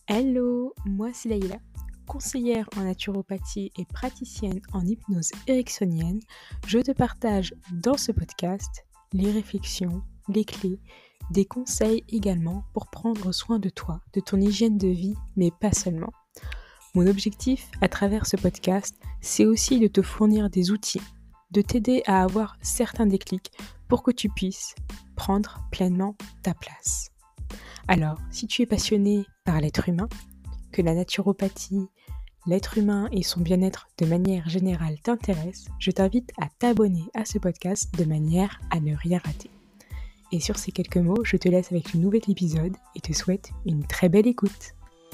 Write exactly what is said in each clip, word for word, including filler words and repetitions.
Hello, moi c'est Laïla, conseillère en naturopathie et praticienne en hypnose ericksonienne. Je te partage dans ce podcast les réflexions, les clés, des conseils également pour prendre soin de toi, de ton hygiène de vie, mais pas seulement. Mon objectif à travers ce podcast, c'est aussi de te fournir des outils, de t'aider à avoir certains déclics pour que tu puisses prendre pleinement ta place. Alors, si tu es passionné par l'être humain, que la naturopathie, l'être humain et son bien-être de manière générale t'intéressent, je t'invite à t'abonner à ce podcast de manière à ne rien rater. Et sur ces quelques mots, je te laisse avec le nouvel épisode et te souhaite une très belle écoute.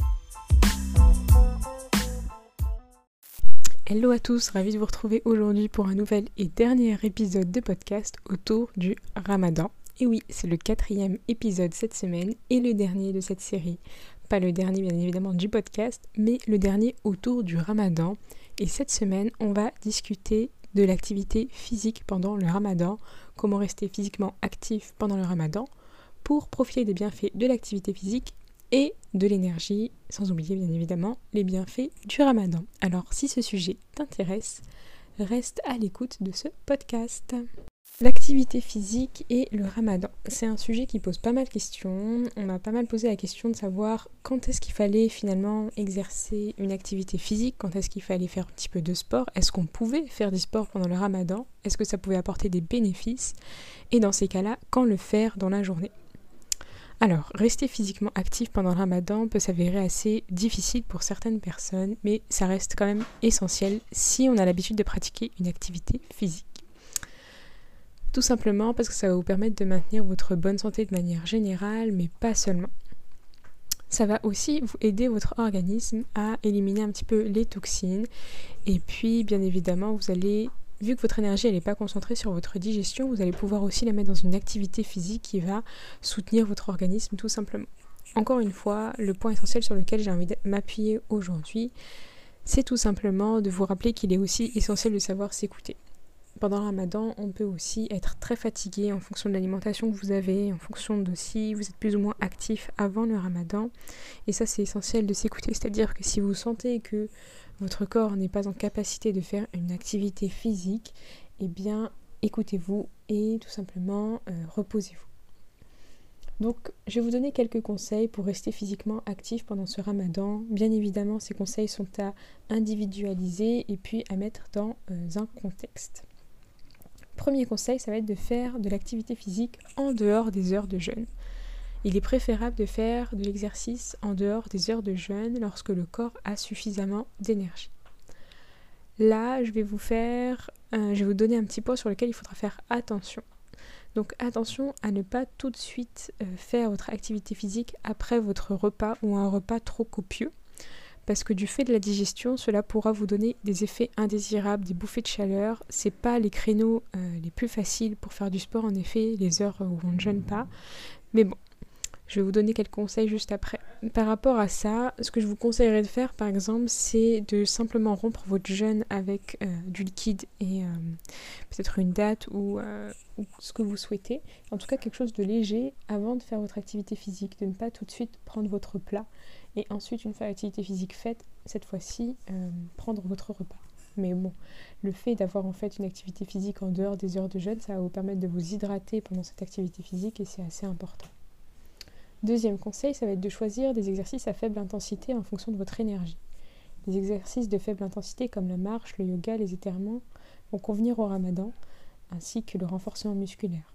Hello à tous, ravie de vous retrouver aujourd'hui pour un nouvel et dernier épisode de podcast autour du Ramadan. Et oui, c'est le quatrième épisode cette semaine et le dernier de cette série. Pas le dernier bien évidemment du podcast, mais le dernier autour du Ramadan. Et cette semaine, on va discuter de l'activité physique pendant le Ramadan, comment rester physiquement actif pendant le Ramadan, pour profiter des bienfaits de l'activité physique et de l'énergie, sans oublier bien évidemment les bienfaits du Ramadan. Alors si ce sujet t'intéresse, reste à l'écoute de ce podcast. L'activité physique et le Ramadan, c'est un sujet qui pose pas mal de questions. On m'a pas mal posé la question de savoir quand est-ce qu'il fallait finalement exercer une activité physique, quand est-ce qu'il fallait faire un petit peu de sport, est-ce qu'on pouvait faire du sport pendant le Ramadan, est-ce que ça pouvait apporter des bénéfices, et dans ces cas-là, quand le faire dans la journée. Alors, rester physiquement actif pendant le Ramadan peut s'avérer assez difficile pour certaines personnes, mais ça reste quand même essentiel si on a l'habitude de pratiquer une activité physique. Tout simplement parce que ça va vous permettre de maintenir votre bonne santé de manière générale, mais pas seulement. Ça va aussi vous aider votre organisme à éliminer un petit peu les toxines. Et puis, bien évidemment, vous allez, vu que votre énergie n'est pas concentrée sur votre digestion, vous allez pouvoir aussi la mettre dans une activité physique qui va soutenir votre organisme tout simplement. Encore une fois, le point essentiel sur lequel j'ai envie de m'appuyer aujourd'hui, c'est tout simplement de vous rappeler qu'il est aussi essentiel de savoir s'écouter. Pendant le Ramadan, on peut aussi être très fatigué en fonction de l'alimentation que vous avez, en fonction de si vous êtes plus ou moins actif avant le Ramadan. Et ça, c'est essentiel de s'écouter. C'est-à-dire que si vous sentez que votre corps n'est pas en capacité de faire une activité physique, eh bien, écoutez-vous et tout simplement euh, reposez-vous. Donc, je vais vous donner quelques conseils pour rester physiquement actif pendant ce Ramadan. Bien évidemment, ces conseils sont à individualiser et puis à mettre dans euh, un contexte. Premier conseil, ça va être de faire de l'activité physique en dehors des heures de jeûne. Il est préférable de faire de l'exercice en dehors des heures de jeûne lorsque le corps a suffisamment d'énergie. Là, je vais vous faire, euh, je vais vous donner un petit point sur lequel il faudra faire attention. Donc attention à ne pas tout de suite euh, faire votre activité physique après votre repas ou un repas trop copieux. Parce que du fait de la digestion, cela pourra vous donner des effets indésirables, des bouffées de chaleur. C'est pas les créneaux euh, les plus faciles pour faire du sport, en effet, les heures où on ne jeûne pas. Mais bon, je vais vous donner quelques conseils juste après. Par rapport à ça, ce que je vous conseillerais de faire, par exemple, c'est de simplement rompre votre jeûne avec euh, du liquide et euh, peut-être une date ou, euh, ou ce que vous souhaitez. En tout cas, quelque chose de léger avant de faire votre activité physique, de ne pas tout de suite prendre votre plat. Et ensuite, une fois l'activité physique faite, cette fois-ci, euh, prendre votre repas. Mais bon, le fait d'avoir en fait une activité physique en dehors des heures de jeûne, ça va vous permettre de vous hydrater pendant cette activité physique et c'est assez important. Deuxième conseil, ça va être de choisir des exercices à faible intensité en fonction de votre énergie. Les exercices de faible intensité comme la marche, le yoga, les étirements vont convenir au Ramadan, ainsi que le renforcement musculaire.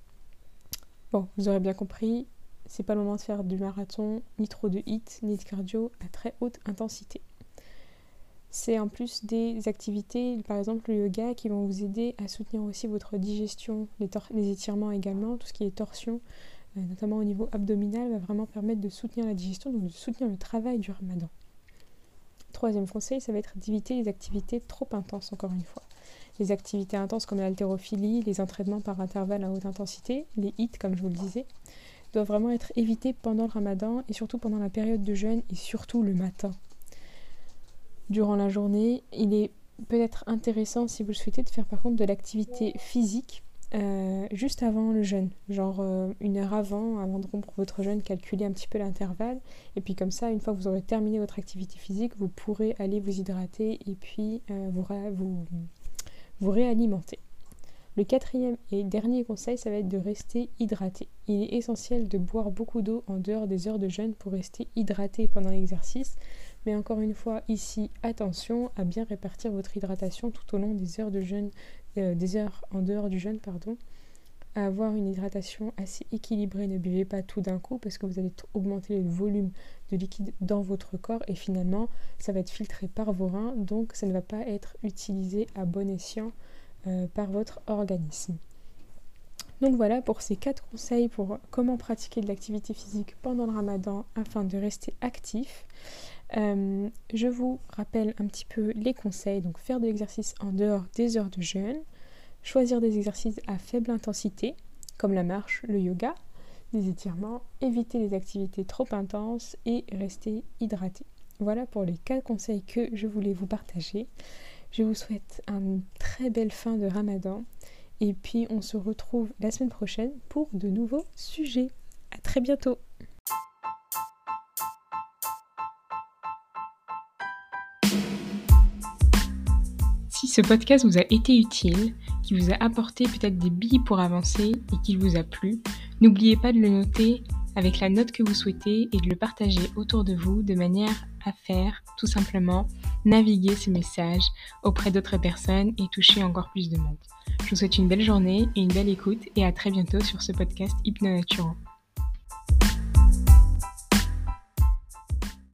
Bon, vous aurez bien compris, c'est pas le moment de faire du marathon, ni trop de hit, ni de cardio à très haute intensité. C'est en plus des activités, par exemple le yoga, qui vont vous aider à soutenir aussi votre digestion, les, tor- les étirements également, tout ce qui est torsion, euh, notamment au niveau abdominal, va vraiment permettre de soutenir la digestion, donc de soutenir le travail du Ramadan. Troisième conseil, ça va être d'éviter les activités trop intenses, encore une fois. Les activités intenses comme l'haltérophilie, les entraînements par intervalles à haute intensité, les hits comme je vous le disais, doivent vraiment être évités pendant le Ramadan et surtout pendant la période de jeûne et surtout le matin. Durant la journée, il est peut-être intéressant, si vous le souhaitez, de faire par contre de l'activité physique euh, juste avant le jeûne, genre euh, une heure avant, avant de rompre votre jeûne, calculez un petit peu l'intervalle, et puis comme ça, une fois que vous aurez terminé votre activité physique, vous pourrez aller vous hydrater et puis euh, vous, ré- vous, vous réalimenter. Le quatrième et dernier conseil, ça va être de rester hydraté. Il est essentiel de boire beaucoup d'eau en dehors des heures de jeûne pour rester hydraté pendant l'exercice. Mais encore une fois, ici, attention à bien répartir votre hydratation tout au long des heures de jeûne, euh, des heures en dehors du jeûne, pardon. À avoir une hydratation assez équilibrée. Ne buvez pas tout d'un coup parce que vous allez augmenter le volume de liquide dans votre corps et finalement, ça va être filtré par vos reins, donc ça ne va pas être utilisé à bon escient Euh, par votre organisme. Donc voilà pour ces quatre conseils pour comment pratiquer de l'activité physique pendant le ramadan afin de rester actif. Euh, je vous rappelle un petit peu les conseils, donc faire de l'exercice en dehors des heures de jeûne, choisir des exercices à faible intensité comme la marche, le yoga, les étirements, éviter les activités trop intenses et rester hydraté. Voilà pour les quatre conseils que je voulais vous partager. Je vous souhaite une très belle fin de Ramadan et puis on se retrouve la semaine prochaine pour de nouveaux sujets. À très bientôt. Si ce podcast vous a été utile, qui vous a apporté peut-être des billes pour avancer et qu'il vous a plu, n'oubliez pas de le noter avec la note que vous souhaitez et de le partager autour de vous de manière à faire tout simplement naviguer ce message auprès d'autres personnes et toucher encore plus de monde. Je vous souhaite une belle journée et une belle écoute et à très bientôt sur ce podcast Hypno Naturant.